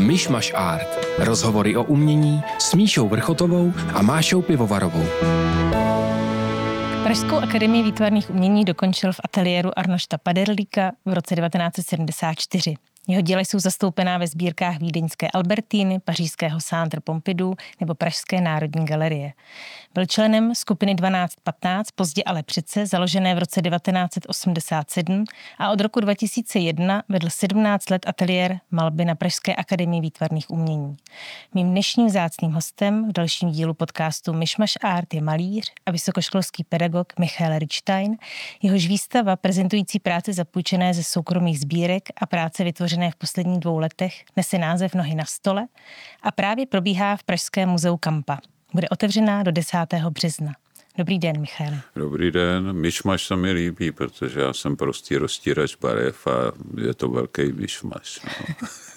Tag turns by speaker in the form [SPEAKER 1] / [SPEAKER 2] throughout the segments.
[SPEAKER 1] Myšmaš Art. Rozhovory o umění s Míšou Vrchotovou a Mášou Pivovarovou.
[SPEAKER 2] Pražskou akademii výtvarných umění dokončil v ateliéru Arnošta Paderlíka v roce 1974. Jeho díla jsou zastoupená ve sbírkách vídeňské Albertiny, pařížského Centre Pompidou nebo Pražské národní galerie. Byl členem skupiny 1215, později ale přece, založené v roce 1987 a od roku 2001 vedl 17 let ateliér malby na Pražské akademii výtvarných umění. Mým dnešním vzácným hostem v dalším dílu podcastu Myšmaš Art je malíř a vysokoškolský pedagog Michael Richtstein. Jehož výstava prezentující práce zapůjčené ze soukromých sbírek a práce vytvořené v posledních 2 letech nese název Nohy na stole a právě probíhá v Pražském muzeu Kampa. Bude otevřená do 10. března. Dobrý den, Michale.
[SPEAKER 3] Dobrý den. Myšmaš se mi líbí, protože já jsem prostý roztírač barev a je to velký myšmaš. No.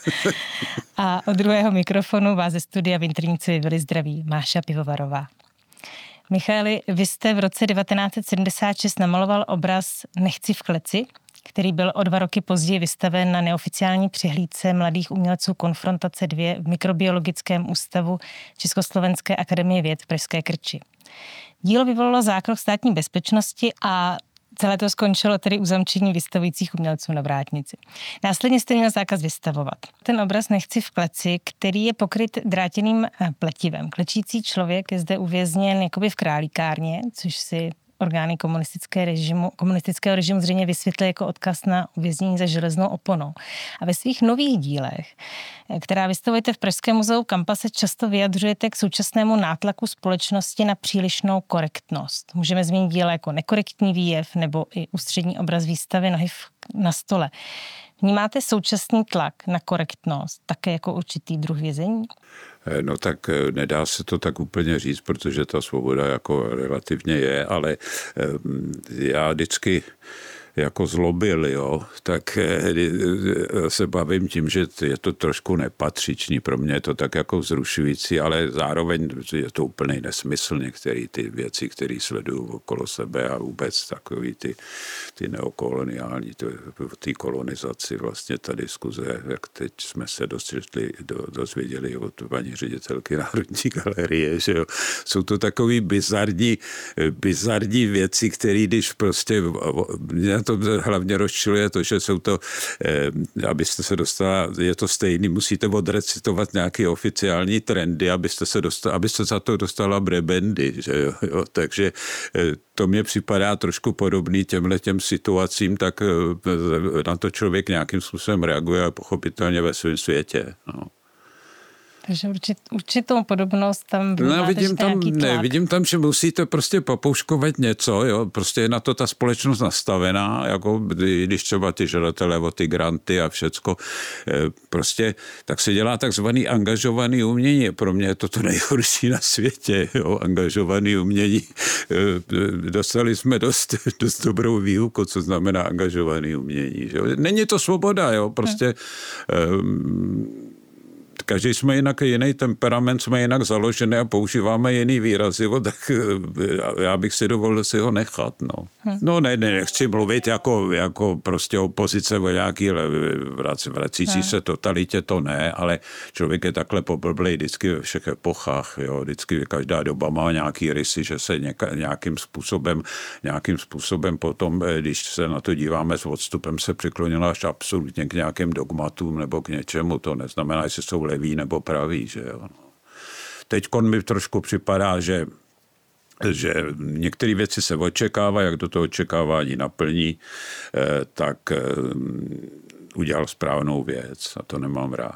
[SPEAKER 2] A od druhého mikrofonu vás ze studia v Internici byli zdraví Máša Pivovarová. Michali, vy jste v roce 1976 namaloval obraz Nechci v kleci, který byl o 2 roky později vystaven na neoficiální přehlídce mladých umělců Konfrontace 2 v Mikrobiologickém ústavu Československé akademie věd v Pražské Krči. Dílo vyvolalo zákrok státní bezpečnosti a celé to skončilo tedy uzamčení vystavujících umělců na vrátnici. Následně jste měl zákaz vystavovat. Ten obraz Nechci v kleci, který je pokryt drátěným pletivem. Klečící člověk je zde uvězněn jakoby v králíkárně, což si orgány komunistického režimu zřejmě vysvětlily jako odkaz na uvěznění za železnou oponou. A ve svých nových dílech, která vystavujete v Pražském muzeu Kampa, se často vyjadřujete k současnému nátlaku společnosti na přílišnou korektnost. Můžeme zmínit díla jako Nekorektní výjev nebo i ústřední obraz výstavy Nohy na stole. Vnímáte současný tlak na korektnost také jako určitý druh vězení?
[SPEAKER 3] No tak nedá se to tak úplně říct, protože ta svoboda jako relativně je, ale já vždycky jako zlobil, jo, tak se bavím tím, že je to trošku nepatřičný. Pro mě je to tak jako vzrušující, ale zároveň je to úplný nesmysl některé ty věci, které sleduju okolo sebe a vůbec takový ty neokoloniální, ty kolonizaci, vlastně ta diskuze, jak teď jsme se dozvěděli od paní ředitelky Národní galerie, že jo. Jsou to takový bizarní věci, které když prostě to hlavně rozčiluje to, že jsou to, abyste se dostala, je to stejný, musíte odrecitovat nějaké oficiální trendy, abyste za to dostala brebendy, že jo. Takže to mně připadá trošku podobný těmhletěm situacím, tak na to člověk nějakým způsobem reaguje a pochopitelně ve svém světě, no.
[SPEAKER 2] Takže určitou podobnost tam
[SPEAKER 3] vidím tam, že musíte prostě papouškovat něco, jo, prostě je na to ta společnost nastavená, jako když třeba ty žadatelé o ty granty a všecko, prostě tak se dělá takzvaný angažovaný umění. Pro mě je to nejhorší na světě, jo, angažovaný umění. Dostali jsme dost dobrou výuku, co znamená angažovaný umění, že jo. Není to svoboda, jo, prostě každý jsme jiný temperament, jsme jinak založený a používáme jiný výrazy, tak já bych si dovolil si ho nechat, no. No nechci mluvit jako prostě opozice o nějaký vracící se totalitě, to ne, ale člověk je takhle poblblej vždycky ve všech epochách, jo, vždycky každá doba má nějaký rysy, že se nějakým způsobem potom, když se na to díváme s odstupem, se přiklonila až absolutně k nějakým dogmatům nebo k něčemu, to neznamená, že jsou leví nebo praví, že jo. Teďkon mi trošku připadá, že některé věci se očekává, jak do toho očekávání naplní, tak udělal správnou věc a to nemám rád.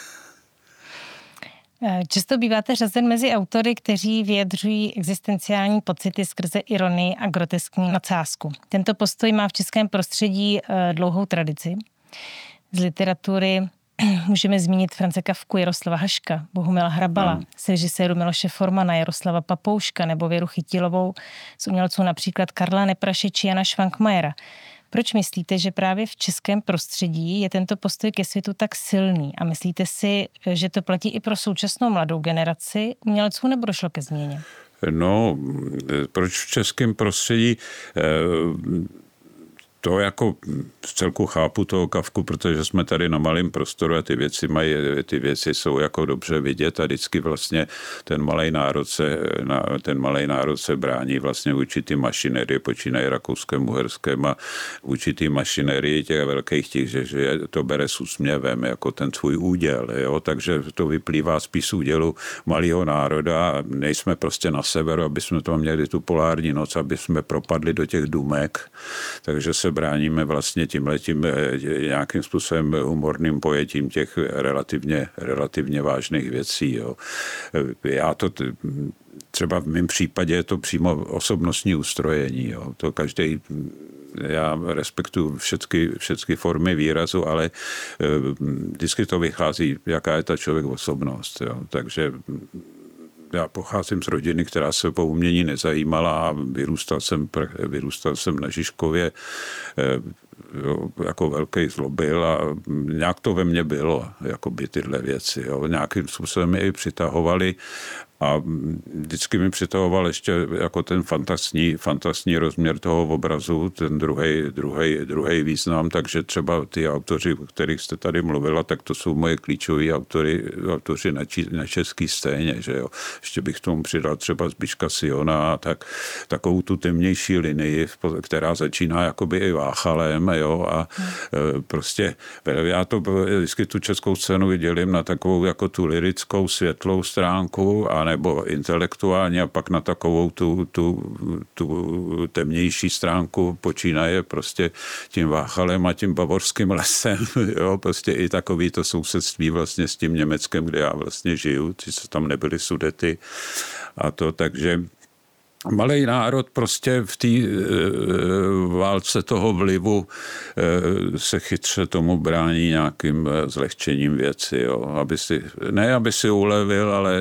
[SPEAKER 2] Často býváte řazen mezi autory, kteří vyjadřují existenciální pocity skrze ironii a groteskní nadsázku. Tento postoj má v českém prostředí dlouhou tradici. Z literatury můžeme zmínit France Kafku, Jaroslava Haška, Bohumila Hrabala, z režiséru Miloše Formana, Jaroslava Papouška nebo Věru Chytilovou, z umělců například Karla Nepraše či Jana Švankmajera. Proč myslíte, že právě v českém prostředí je tento postoj ke světu tak silný? A myslíte si, že to platí i pro současnou mladou generaci umělců, nebo došlo ke změně?
[SPEAKER 3] No, proč v českém prostředí? to jako v celku chápu toho Kafku, protože jsme tady na malém prostoru a ty věci jsou jako dobře vidět a vždycky vlastně ten malej národ se brání vlastně určitý mašinerie, počínají Rakouskem, Uherském a určitý mašinerie těch velkých že to bere s úsměvem jako ten tvůj úděl, jo? Takže to vyplývá spíš z údělu malého národa a nejsme prostě na severu, aby jsme tam měli tu polární noc, aby jsme propadli do těch důmek, takže se bráníme vlastně tímhletím nějakým způsobem humorným pojetím těch relativně vážných věcí. Jo. Já to třeba v mém případě je to přímo osobnostní ustrojení. Jo. To každý, já respektuju všechny formy výrazu, ale vždycky to vychází, jaká je ta člověk osobnost. Jo. Takže já pocházím z rodiny, která se po umění nezajímala a vyrůstal jsem na Žižkově jako velký zlobil a nějak to ve mně bylo, jako by tyhle věci. Jo. Nějakým způsobem mě i přitahovali a vždycky mi přitahoval ještě jako ten fantastní rozměr toho obrazu, ten druhý význam, takže třeba ty autoři, o kterých jste tady mluvila, tak to jsou moje klíčoví autoři na české scéně, že jo. Ještě bych tomu přidal třeba Zbyška Siona a takovou tu temnější linii, která začíná jakoby i Váchalem, jo, a prostě já to vždycky tu českou scénu dělím na takovou jako tu lyrickou, světlou stránku a nebo intelektuálně a pak na takovou tu temnější stránku počínaje prostě tím Váchalem a tím Bavorským lesem, jo, prostě i takový to sousedství vlastně s tím Německem, kde já vlastně žiju, co tam nebyly Sudety a to, takže malej národ prostě v té válce toho vlivu se chytře tomu brání nějakým zlehčením věci, jo. Aby si ulevil, ale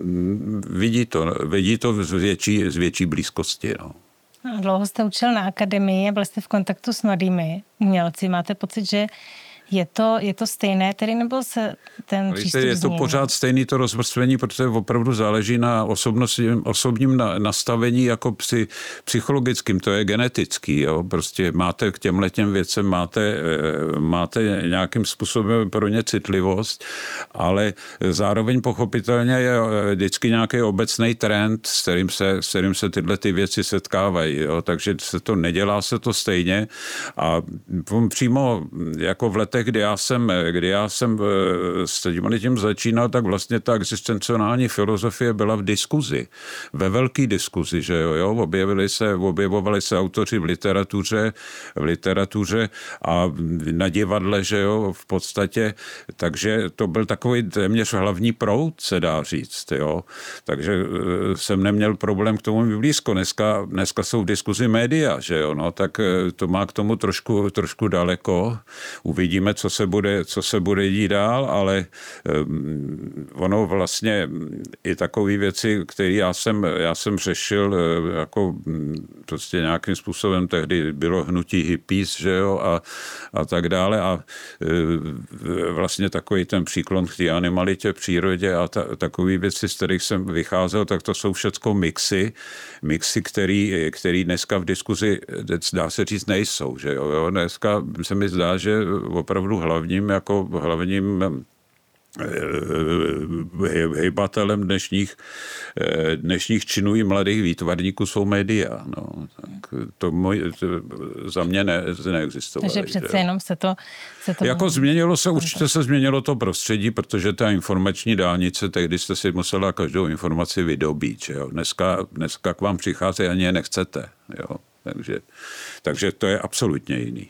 [SPEAKER 3] vidí to z větší blízkosti. No.
[SPEAKER 2] Dlouho jste učil na akademii a byl jste v kontaktu s mladými umělci. Máte pocit, že je to stejné, tedy nebo se ten přístup
[SPEAKER 3] je to
[SPEAKER 2] změnil?
[SPEAKER 3] Pořád stejný to rozvrstvení, protože opravdu záleží na osobním nastavení jako psychologickým, to je genetický. Jo? Prostě máte k těmhletěm věcem, máte nějakým způsobem pro ně citlivost, ale zároveň pochopitelně je vždycky nějaký obecný trend, s kterým se tyhle ty věci setkávají. Jo? Takže nedělá se to stejně a přímo jako v letech, kdy já jsem s tím začínal, tak vlastně ta existencionální filozofie byla v diskuzi. Ve velké diskuzi, že jo, objevovali se autoři v literatuře a na divadle, že jo, v podstatě, takže to byl takový téměř hlavní proud, se dá říct, jo. Takže jsem neměl problém k tomu blízko. Dneska jsou v diskuzi média, že jo, no, tak to má k tomu trošku daleko. Uvidíme, co se bude dít dál, ale ono vlastně i takové věci, které já jsem řešil jako prostě nějakým způsobem, tehdy bylo hnutí hippies, že jo, a tak dále a vlastně takový ten příklon k té animalitě, přírodě a takové věci, z kterých jsem vycházel, tak to jsou všecko mixy, který dneska v diskuzi, dá se říct, nejsou, že jo. Dneska se mi zdá, že opravdu hlavním hejbatelem dnešních činů i mladých výtvarníků jsou média. No, tak to za mě neexistovalo.
[SPEAKER 2] Takže přece jenom se to
[SPEAKER 3] jako určitě se změnilo to prostředí, protože ta informační dálnice, tehdy jste si musela každou informaci vydobít. Že jo? Dneska k vám přichází, ani je nechcete. Jo? Takže to je absolutně jiný.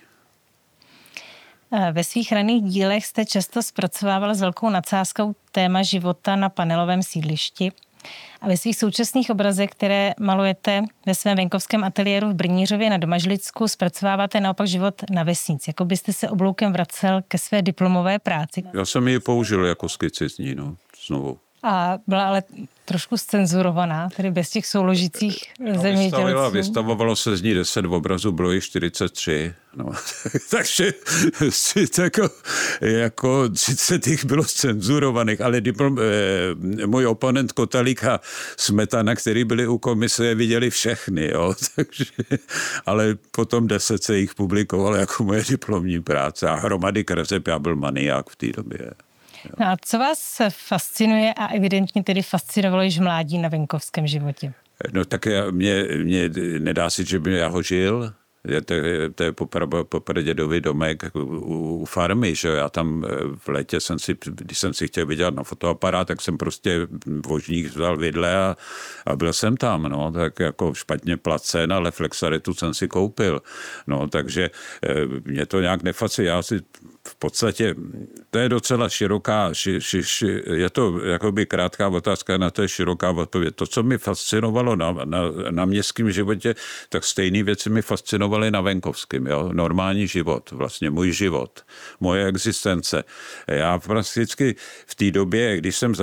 [SPEAKER 2] Ve svých raných dílech jste často zpracovával s velkou nadsázkou téma života na panelovém sídlišti. A ve svých současných obrazech, které malujete ve svém venkovském ateliéru v Brnířově na Domažlicku, zpracováváte naopak život na vesnici. Jako byste se obloukem vracel ke své diplomové práci.
[SPEAKER 3] Já jsem ji použil jako skici z ní, no, znovu.
[SPEAKER 2] A byla ale trošku zcenzurovaná, tedy bez těch souložících zemědělců.
[SPEAKER 3] Vystavovalo se z ní 10 obrazů, bylo jich 43. No, takže jako 30 jich bylo cenzurovaných, ale můj oponent Kotalík a Smetana, který byli u komise, viděli všechny. Jo, takže, ale potom 10 se jich publikovalo jako moje diplomní práce a hromady kreseb, já byl maniák v té době.
[SPEAKER 2] No a co vás fascinuje a evidentně tedy fascinovalo již v mládí na venkovském životě?
[SPEAKER 3] No tak mě nedá si, že by já ho žil. To je po pradědovi domek u farmy, že já tam v létě když jsem si chtěl vydělat na fotoaparát, tak jsem prostě vožník vzal vidle a byl jsem tam, no, tak jako špatně placen, ale Flexaretu jsem si koupil, no, takže mě to nějak nefascinuje, já si v podstatě, to je docela široká, je to jakoby krátká otázka, na to je široká odpověď. To, co mi fascinovalo na městském životě, tak stejné věci mi fascinovaly na venkovském, jo? Normální život, vlastně můj život, moje existence. Já prakticky v té době, když jsem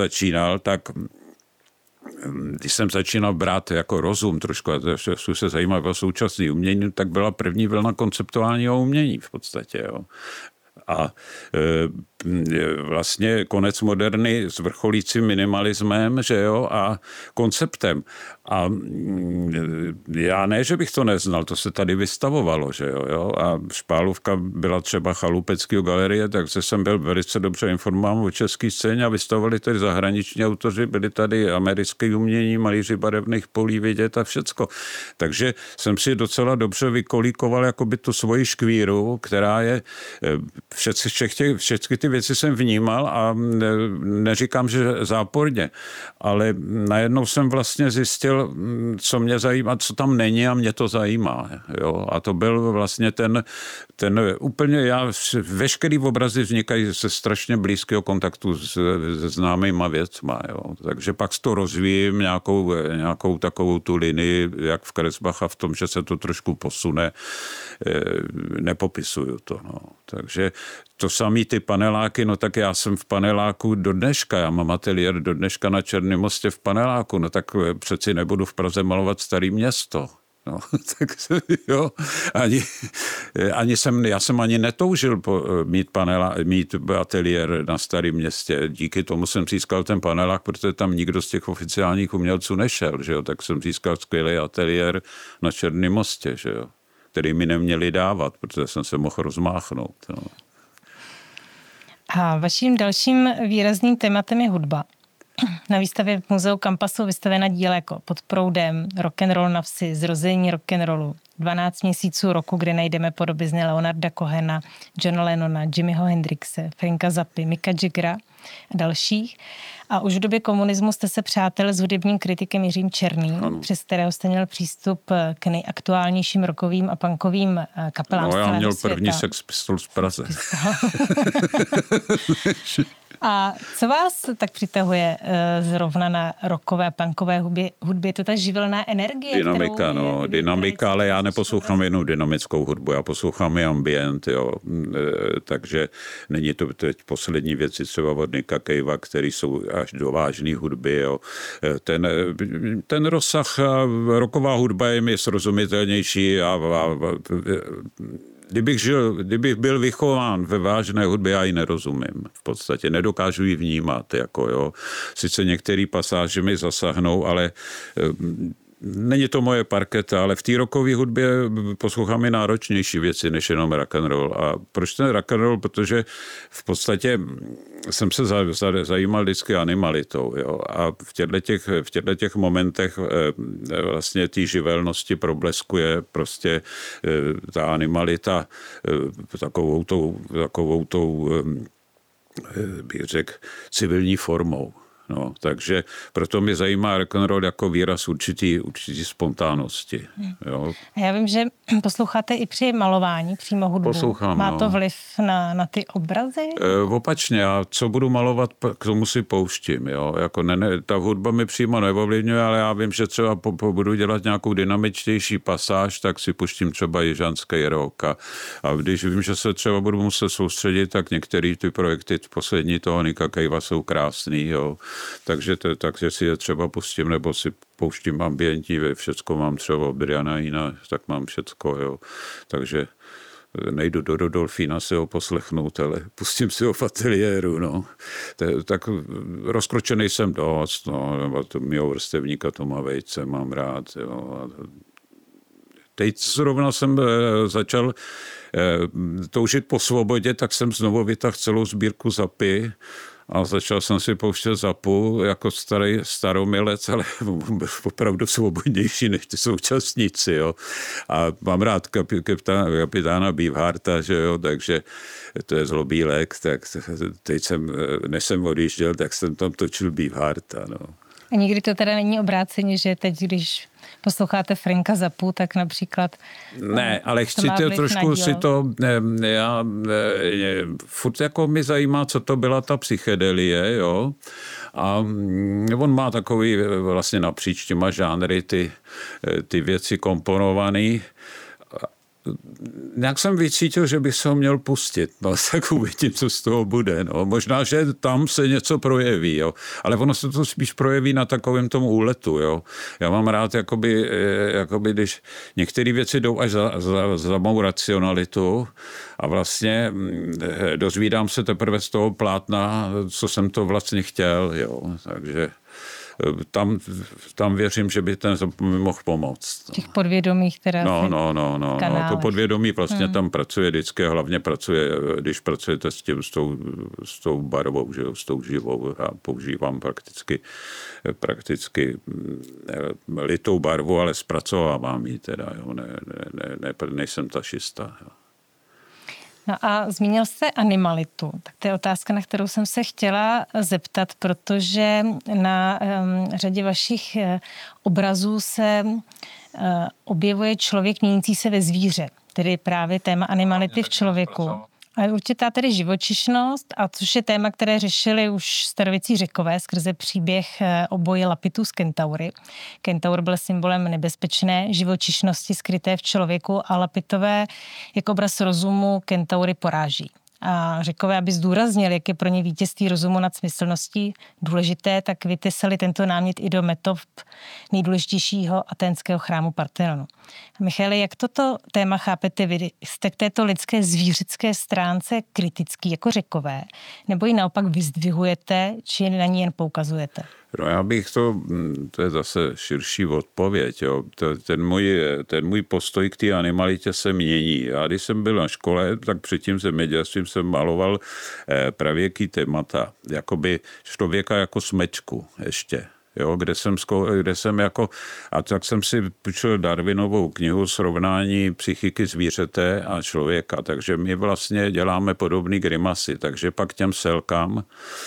[SPEAKER 3] začínal brát jako rozum trošku, a se zajímal o současné umění, tak byla první vlna konceptuálního umění v podstatě, jo. A vlastně konec moderny s vrcholícím minimalismem, že jo, a konceptem. A já ne, že bych to neznal, to se tady vystavovalo, že jo, a Špálovka byla třeba Chalupeckého galerie, takže jsem byl velice dobře informován o české scéně a vystavovali tady zahraniční autoři, byli tady americké umění, malíři barevných polí vidět a všecko. Takže jsem si docela dobře vykolíkoval jakoby tu svoji škvíru, která je, všechny ty věci jsem vnímal a neříkám, že záporně, ale najednou jsem vlastně zjistil, co mě zajímá, co tam není a mě to zajímá. Jo? A to byl vlastně ten úplně, veškerý obrazy vznikají ze strašně blízkého kontaktu se známýma věcma. Jo? Takže pak to rozvíjím nějakou takovou tu linii, jak v kresbách a v tom, že se to trošku posune, nepopisuju to. No. Takže to samý ty paneláky, no tak já jsem v paneláku do dneška, já mám ateliér do dneška na Černém Mostě v paneláku, no tak přeci nebudu v Praze malovat Staré Město. No, tak jo, já jsem ani netoužil mít ateliér na Starém Městě. Díky tomu jsem získal ten panelák, protože tam nikdo z těch oficiálních umělců nešel, že jo, tak jsem získal skvělý ateliér na Černém Mostě, že jo, který mi neměli dávat, protože jsem se mohl rozmáchnout. No.
[SPEAKER 2] A vaším dalším výrazným tématem je hudba. Na výstavě v muzeu Kampa jsou vystavena díla jako Pod proudem, Rock'n'roll na vsi, Zrození rock'n'rollu, 12 měsíců roku, kde najdeme podobizny Leonarda Cohena, Johna Lennona, Jimiho Hendrixe, Franka Zappy, Micka Jaggera a dalších. A už v době komunismu jste se přátel s hudebním kritikem Jiřím Černým, přes kterého jste měl přístup k nejaktuálnějším rockovým a punkovým kapelám z celého světa.
[SPEAKER 3] Já měl první Sex Pistols v Praze.
[SPEAKER 2] A co vás tak přitahuje zrovna na rockové a punkové hudbě? Je to ta živelná energie?
[SPEAKER 3] Dynamika, ale já neposlouchám jenom dynamickou hudbu, já poslouchám i ambient, jo. Takže není to teď poslední věci třeba od Nicka Cavea, který jsou až do vážné hudby, jo. Ten rozsah, rocková hudba je mi srozumitelnější a kdybych byl vychován ve vážné hudbě, já ji nerozumím. V podstatě nedokážu ji vnímat. Jako, jo. Sice některé pasáže mi zasahnou, ale není to moje parketa, ale v té rockové hudbě poslouchám i náročnější věci, než jenom rock'n'roll. A proč ten rock'n'roll? Protože v podstatě jsem se zajímal vždycky animalitou. Jo? A v těchto momentech vlastně té živelnosti probleskuje prostě ta animalita takovou tou bych řekl, civilní formou. No, takže proto mě zajímá rock'n'roll jako výraz určitý spontánnosti. Jo.
[SPEAKER 2] A já vím, že posloucháte i při malování přímo hudbu.
[SPEAKER 3] Poslouchám,
[SPEAKER 2] Má to vliv na ty obrazy?
[SPEAKER 3] Opačně, já co budu malovat, k tomu si pouštím. Jo. Jako ta hudba mi přímo neovlivňuje, ale já vím, že třeba budu dělat nějakou dynamičtější pasáž, tak si puštím třeba jižanský rock. A když vím, že se třeba budu muset soustředit, tak některé ty projekty poslední toho Nicka Cavea jsou krásný. Jo. takže si je třeba pustím, nebo si pouštím ambientní, všecko mám třeba od Briana Ina, tak mám všecko, jo. Takže nejdu do Rudolfína si ho poslechnout, ale pustím si ho v ateliéru, no. Tak rozkročený jsem dost, no, nebo to mýho vrstevníka Toma Vejce mám rád, jo. Teď zrovna jsem začal toužit po svobodě, tak jsem znovu vytáhl celou sbírku Zapy a začal jsem si pouštět Zapu jako staromilec, ale byl opravdu svobodnější než ty současníci, jo. A mám rád kapitána Beefhearta, že jo, takže to je Zlobílek, tak teď než jsem odjížděl, tak jsem tam točil Beefhearta, no.
[SPEAKER 2] A nikdy to teda není obráceně, že teď, když posloucháte Franka Zappu, tak například...
[SPEAKER 3] Ne, ale chci to trošku si to... Furt jako mi zajímá, co to byla ta psychedelie, jo. A on má takový vlastně napříč těma žánry ty věci komponovaný. Nějak jsem vycítil, že bych se ho měl pustit, no, tak uvidím, co z toho bude, no. Možná, že tam se něco projeví, jo. Ale ono se to spíš projeví na takovém tom úletu, jo. Já mám rád, jakoby když některé věci jdou až za mou racionalitu a vlastně dozvídám se teprve z toho plátna, co jsem to vlastně chtěl, jo. Takže tam věřím, že by ten mohl pomoct.
[SPEAKER 2] Těch podvědomých teda.
[SPEAKER 3] No. To podvědomí vlastně tam pracuje vždycky, hlavně pracuje, když pracujete s tou barvou, že jo, s tou živou. Já používám prakticky litou barvu, ale zpracovávám ji teda, jo, nejsem tašista, jo.
[SPEAKER 2] No a zmínil jste animalitu. Tak to je otázka, na kterou jsem se chtěla zeptat, protože na řadě vašich obrazů se objevuje člověk měnící se ve zvíře, tedy právě téma animality v člověku. A určitá tedy živočišnost, a což je téma, které řešili už starověcí Řekové skrze příběh o boji Lapitů s kentaury. Kentaur byl symbolem nebezpečné živočišnosti skryté v člověku a Lapitové jako obraz rozumu kentaury poráží. A Řekové, aby zdůraznili, jak je pro ně vítězství rozumu nad smyslností důležité, tak vytesali tento námět i do metod nejdůležitějšího aténského chrámu Partenonu. Michale, jak toto téma chápete vy? Jste k této lidské zvířecké stránce kritický jako Řekové? Nebo ji naopak vyzdvihujete, či na ní jen poukazujete?
[SPEAKER 3] No já bych to je zase širší odpověď. Jo. Ten můj postoj k té animalitě se mění. Já když jsem byl na škole, tak před tím zemědělstvím jsem maloval pravěký témata. Jakoby člověka jako smečku ještě. Jo, kde jsem jako, a tak jsem si půjčil Darwinovou knihu Srovnání psychiky zvířete a člověka, takže my vlastně děláme podobné grimasy, takže pak těm selkám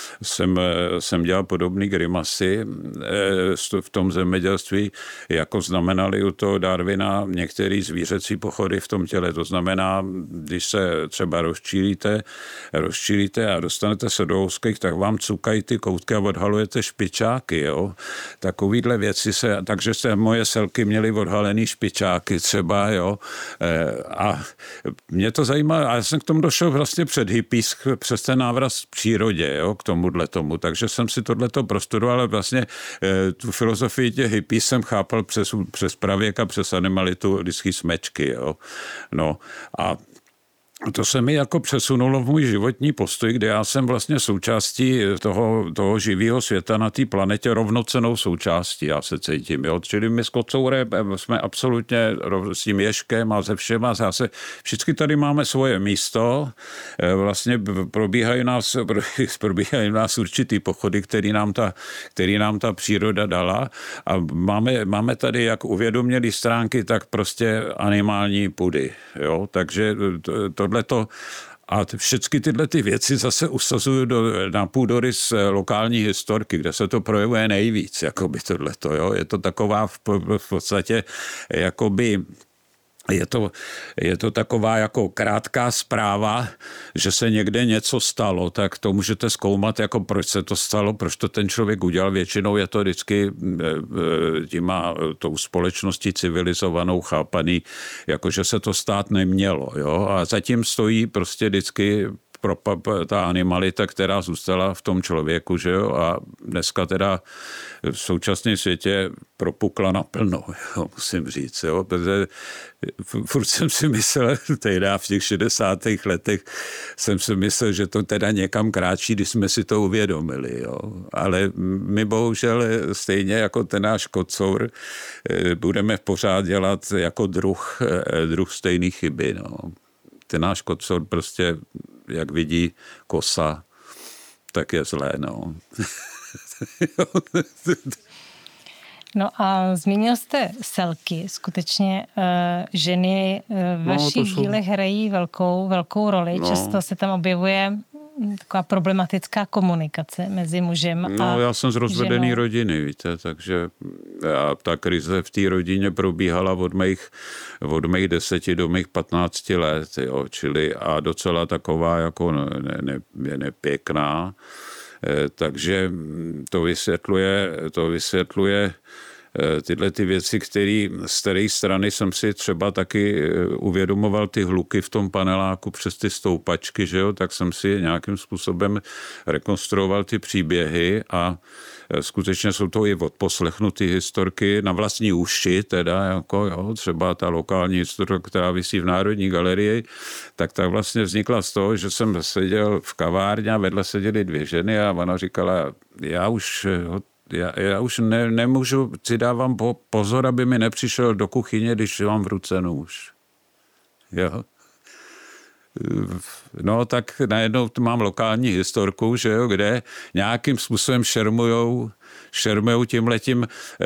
[SPEAKER 3] jsem dělal podobné grimasy v tom zemědělství, jako znamenali u toho Darwina některé zvířecí pochody v tom těle, to znamená, když se třeba rozčílíte a dostanete se do úzkých, tak vám cukají ty koutky a odhalujete špičáky, jo. Takovýhle věci takže se moje selky měly odhalený špičáky třeba, jo. A mě to zajímá, a já jsem k tomu došel vlastně před hippies, přes ten návrat v přírodě, jo, k tomuhle tomu. Takže jsem si tohleto prostudoval, ale vlastně tu filozofii těch hippies jsem chápal přes pravěka, přes animalitu lidský smečky, jo. No a to se mi jako přesunulo v můj životní postoj, kde já jsem vlastně součástí toho živého světa na té planetě, rovnocennou součástí, já se cítím. Jo? Čili my s kocourem jsme absolutně s tím ježkem a se všema. Všichni tady máme svoje místo, vlastně probíhají nás určitý pochody, který nám ta příroda dala a máme tady jak uvědomělý stránky, tak prostě animální pudy. Jo? Takže tohleto a všechny tyhle ty věci zase usazuju na půdorys lokální historky, kde se to projevuje nejvíc, jakoby tohleto, jo. Je to taková v podstatě, jakoby je to taková jako krátká zpráva, že se někde něco stalo, tak to můžete zkoumat, jako proč se to stalo, proč to ten člověk udělal. Většinou je to vždycky tou společností civilizovanou chápaný, jako že se to stát nemělo. Jo? A zatím stojí prostě vždycky ta animalita, která zůstala v tom člověku, že jo, a dneska teda v současném světě propukla naplno, jo, musím říct, jo, protože furt jsem si myslel, teda v těch 60. letech jsem si myslel, že to teda někam kráčí, když jsme si to uvědomili, jo, ale my bohužel stejně jako ten náš kocour budeme pořád dělat jako druh stejný chyby, no. Ten náš kocour prostě, jak vidí kosa, tak je zlé, no.
[SPEAKER 2] No a zmínil jste selky. Skutečně ženy v vašich dílech hrají velkou roli. No. Často se tam objevuje taková problematická komunikace mezi mužem a
[SPEAKER 3] No, já jsem z rozvedený
[SPEAKER 2] ženou.
[SPEAKER 3] rodiny, víte, takže ta krize v té rodině probíhala od mých 10 do mých 15 let, jo, čili a docela taková jako nepěkná. Takže to vysvětluje tyhle ty věci, z které strany jsem si třeba taky uvědomoval ty hluky v tom paneláku přes ty stoupačky, že jo, tak jsem si nějakým způsobem rekonstruoval ty příběhy a skutečně jsou to i odposlechnutý historky na vlastní uši, teda jako jo, třeba ta lokální historka, která visí v Národní galerii, tak vlastně vznikla z toho, že jsem seděl v kavárně a vedle seděly 2 ženy a ona říkala, já už nemůžu, si dávám pozor, aby mi nepřišel do kuchyně, když mám v ruce nůž. Jo. No tak najednou mám lokální historku, že jo, kde nějakým způsobem šermujou tímhletím.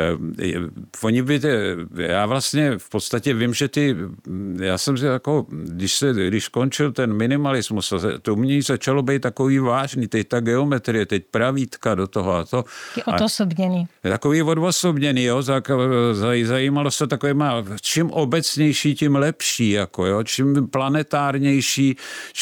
[SPEAKER 3] Oni já vlastně v podstatě vím, že já jsem si jako, když končil ten minimalismus, to umění začalo být takový vážný, teď ta geometrie, teď pravítka do toho a to.
[SPEAKER 2] Odosobněný.
[SPEAKER 3] Takový odosobněný, jo, zajímalo se takovýma, čím obecnější, tím lepší, jako jo, čím planetárnější,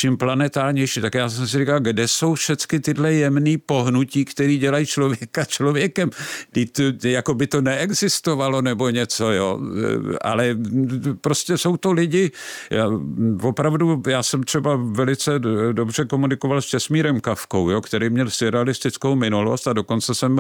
[SPEAKER 3] tak já jsem si říkal, kde jsou všechny tyhle jemný pohnutí, které dělají člověka člověkem. Jako by to neexistovalo nebo něco, jo. Ale prostě jsou to lidi, já jsem třeba velice dobře komunikoval s Česmírem Kafkou, jo, který měl surrealistickou minulost a dokonce jsem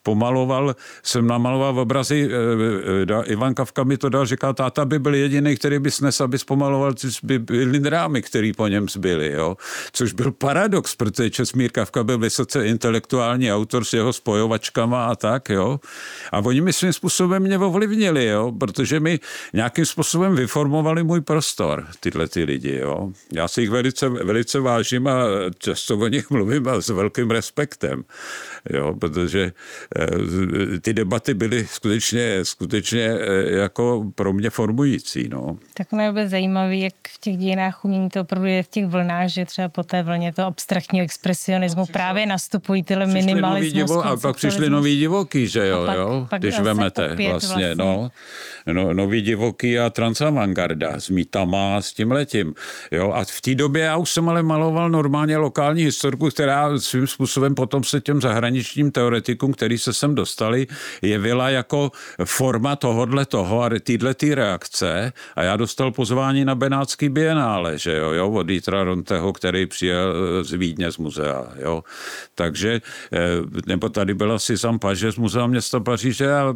[SPEAKER 3] namaloval obrazy, Ivan Kafka mi to dal, říkal, táta by byl jediný, který by snes, aby zpomaloval ty drámy, který po něm zbyly, jo. Což byl paradox, protože Česmír Kafka byl vysoce intelektuální autor s jeho spojovačkama a tak, jo. A oni mi svým způsobem mě ovlivnili, jo, protože mi nějakým způsobem vyformovali můj prostor, tyhle ty lidi, jo. Já si jich velice, velice vážím a často o nich mluvím a s velkým respektem, jo, protože ty debaty byly skutečně jako pro mě formující, no.
[SPEAKER 2] Tak mě vůbec zajímavý, jak v těch dějinách umění to opravdu je v těch vlnách, že třeba po té vlně toho abstraktního expresionismu právě nastupují tyhle minimalismus.
[SPEAKER 3] A pak přišli noví divoký, že jo,
[SPEAKER 2] pak
[SPEAKER 3] když vemete vlastně. No, noví divoký a transavantgarda s mýtama, s tímhletím. Jo, a v té době já už jsem ale maloval normálně lokální historku, která svým způsobem potom se těm zahraničním teoretikům, který se sem dostali, jevila jako forma toho a týhletý reakce. A já dostal pozvání na Benátský bienále, že jo, od Dietra Ronteho, který přijel z Vídně z muzea, jo. Takže, nebo tady byla Suzanne Paget z Muzea města Paříže a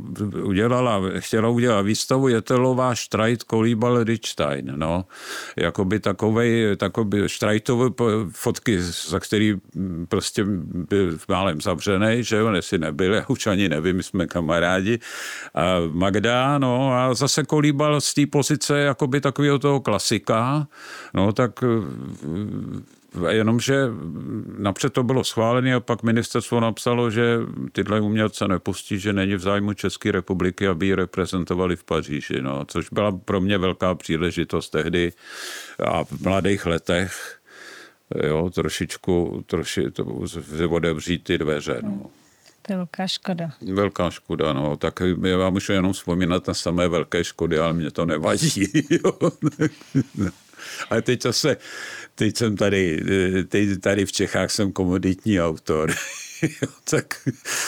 [SPEAKER 3] chtěla udělat výstavu Jetelová, Štrajt, Kolíbal, Richstein, no. Jakoby takovej Štrajtové fotky, za který prostě byl málem zavřenej, že jo, jestli nebyl, já už ani nevím, my jsme kamarádi. A Magda, no a zase Kolíbal z té pozice jakoby takového toho klasika, no tak jenomže napřed to bylo schválené a pak ministerstvo napsalo, že tyhle umělce nepustí, že není v zájmu České republiky, aby ji reprezentovali v Paříži, no, což byla pro mě velká příležitost tehdy a v mladých letech, jo, trošičku odevřít ty dveře, no.
[SPEAKER 2] To je velká škoda.
[SPEAKER 3] Velká škoda, no. Tak já můžu jenom vzpomínat na samé velké škody, ale mě to nevadí. Jo. Ale teď jsem tady v Čechách jsem komoditní autor. Tak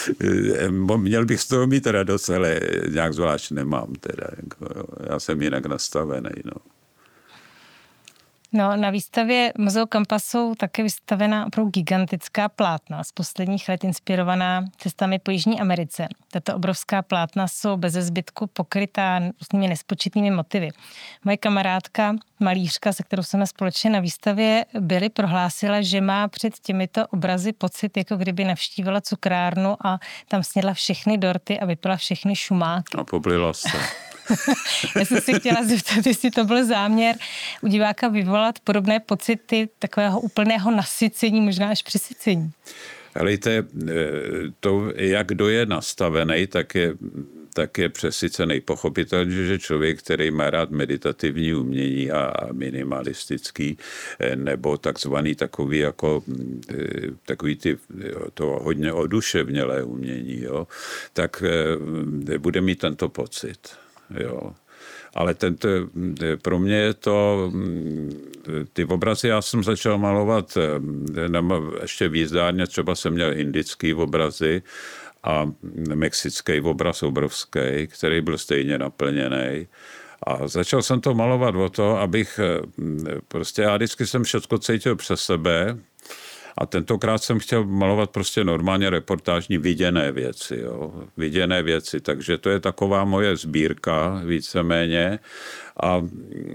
[SPEAKER 3] měl bych z toho mít radost, ale nějak zvlášť nemám teda. Já jsem jinak nastavený, no.
[SPEAKER 2] No, na výstavě Muzeu Kampa jsou také vystavená opravdu gigantická plátna z posledních let inspirovaná cestami po Jižní Americe. Tato obrovská plátna jsou beze zbytku pokrytá různými nespočetnými motivy. Moje kamarádka, malířka, se kterou jsme společně na výstavě byli, prohlásila, že má před těmito obrazy pocit, jako kdyby navštívila cukrárnu a tam snědla všechny dorty a vypila všechny šumáky.
[SPEAKER 3] A poblila se.
[SPEAKER 2] Já jsem si chtěla zeptat, jestli to byl záměr u diváka vyvolat podobné pocity takového úplného nasycení, možná až přesycení.
[SPEAKER 3] Helejte, to, jak kdo je nastavený, tak je přesycený. Pochopitelně, že člověk, který má rád meditativní umění a minimalistický, nebo takzvaný takový jako takový to hodně oduševnělé umění, jo, tak bude mít tento pocit. Jo. Ale pro mě je to, ty obrazy, já jsem začal malovat ještě v jízdárně, třeba jsem měl indický obrazy a mexický obraz obrovský, který byl stejně naplněný. A začal jsem to malovat o to, abych prostě, já vždycky jsem všechno cítil přes sebe. A tentokrát jsem chtěl malovat prostě normálně reportážní viděné věci. Jo? Viděné věci, takže to je taková moje sbírka víceméně. A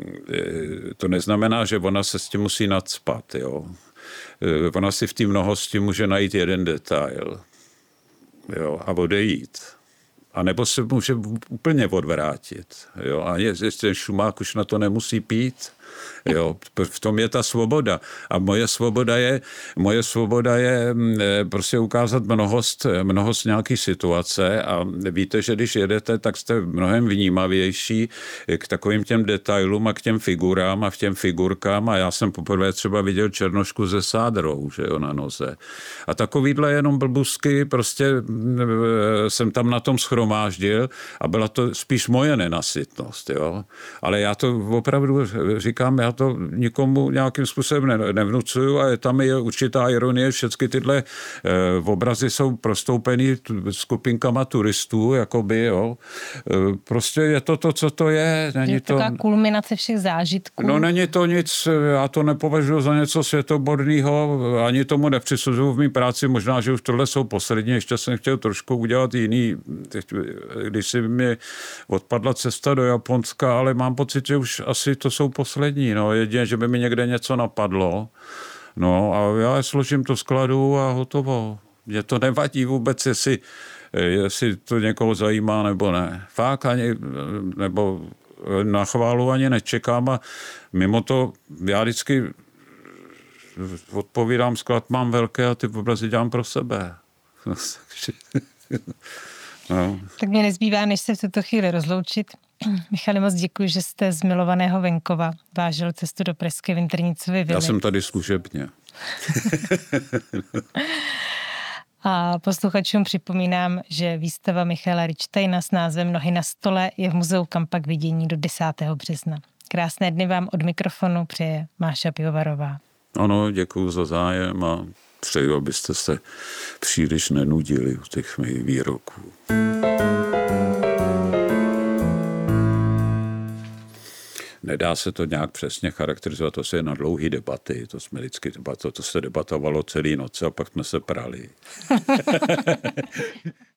[SPEAKER 3] to neznamená, že ona se s tím musí nacpat. Jo? Ona si v té mnohosti může najít jeden detail, jo? A odejít. A nebo se může úplně odvrátit. Jo? A ten šumák už na to nemusí pít. Jo, v tom je ta svoboda. A moje svoboda je prostě ukázat mnohost nějaký situace a víte, že když jedete, tak jste mnohem vnímavější k takovým těm detailům a k těm figurám a v těm figurkám a já jsem poprvé třeba viděl černošku se sádrou, že jo, na noze. A takovýhle jenom blbusky prostě jsem tam na tom shromáždil a byla to spíš moje nenasytnost, jo. Ale já to opravdu říkám, já to nikomu nějakým způsobem nevnucuju a je tam je určitá ironie, všechny tyhle obrazy jsou prostoupený skupinkama turistů, jakoby, jo. Prostě je to, co to je.
[SPEAKER 2] Je to taková kulminace všech zážitků.
[SPEAKER 3] No není to nic, já to nepovažuji za něco světoborného, ani tomu nepřisuzuju v mý práci, možná, že už tohle jsou poslední, ještě jsem chtěl trošku udělat jiný, když si mi odpadla cesta do Japonska, ale mám pocit, že už asi to jsou poslední, no, jedině, že by mi někde něco napadlo, no a já složím to skladu a hotovo. Mně to nevadí vůbec, jestli to někoho zajímá nebo ne. Fakt ani, nebo na chválu ani nečekám a mimo to já vždycky odpovídám, sklad mám velké a ty obrazy dělám pro sebe. No.
[SPEAKER 2] Tak mě nezbývá, než se v tuto chvíli rozloučit. Michale, moc děkuji, že jste z milovaného venkova vážil cestu do pražské Vintrnicovy vily.
[SPEAKER 3] Já jsem tady služebně.
[SPEAKER 2] A posluchačům připomínám, že výstava Michaela Richtejna s názvem Nohy na stole je v Muzeu Kampa k vidění do 10. března. Krásné dny vám od mikrofonu přeje Máša Pivovarová.
[SPEAKER 3] Ano, děkuji za zájem a přeju, abyste se příliš nenudili u těch mých výroků. Nedá se to nějak přesně charakterizovat, to se je na dlouhé debaty, to jsme vždycky to se debatovalo celý noc a pak jsme se prali.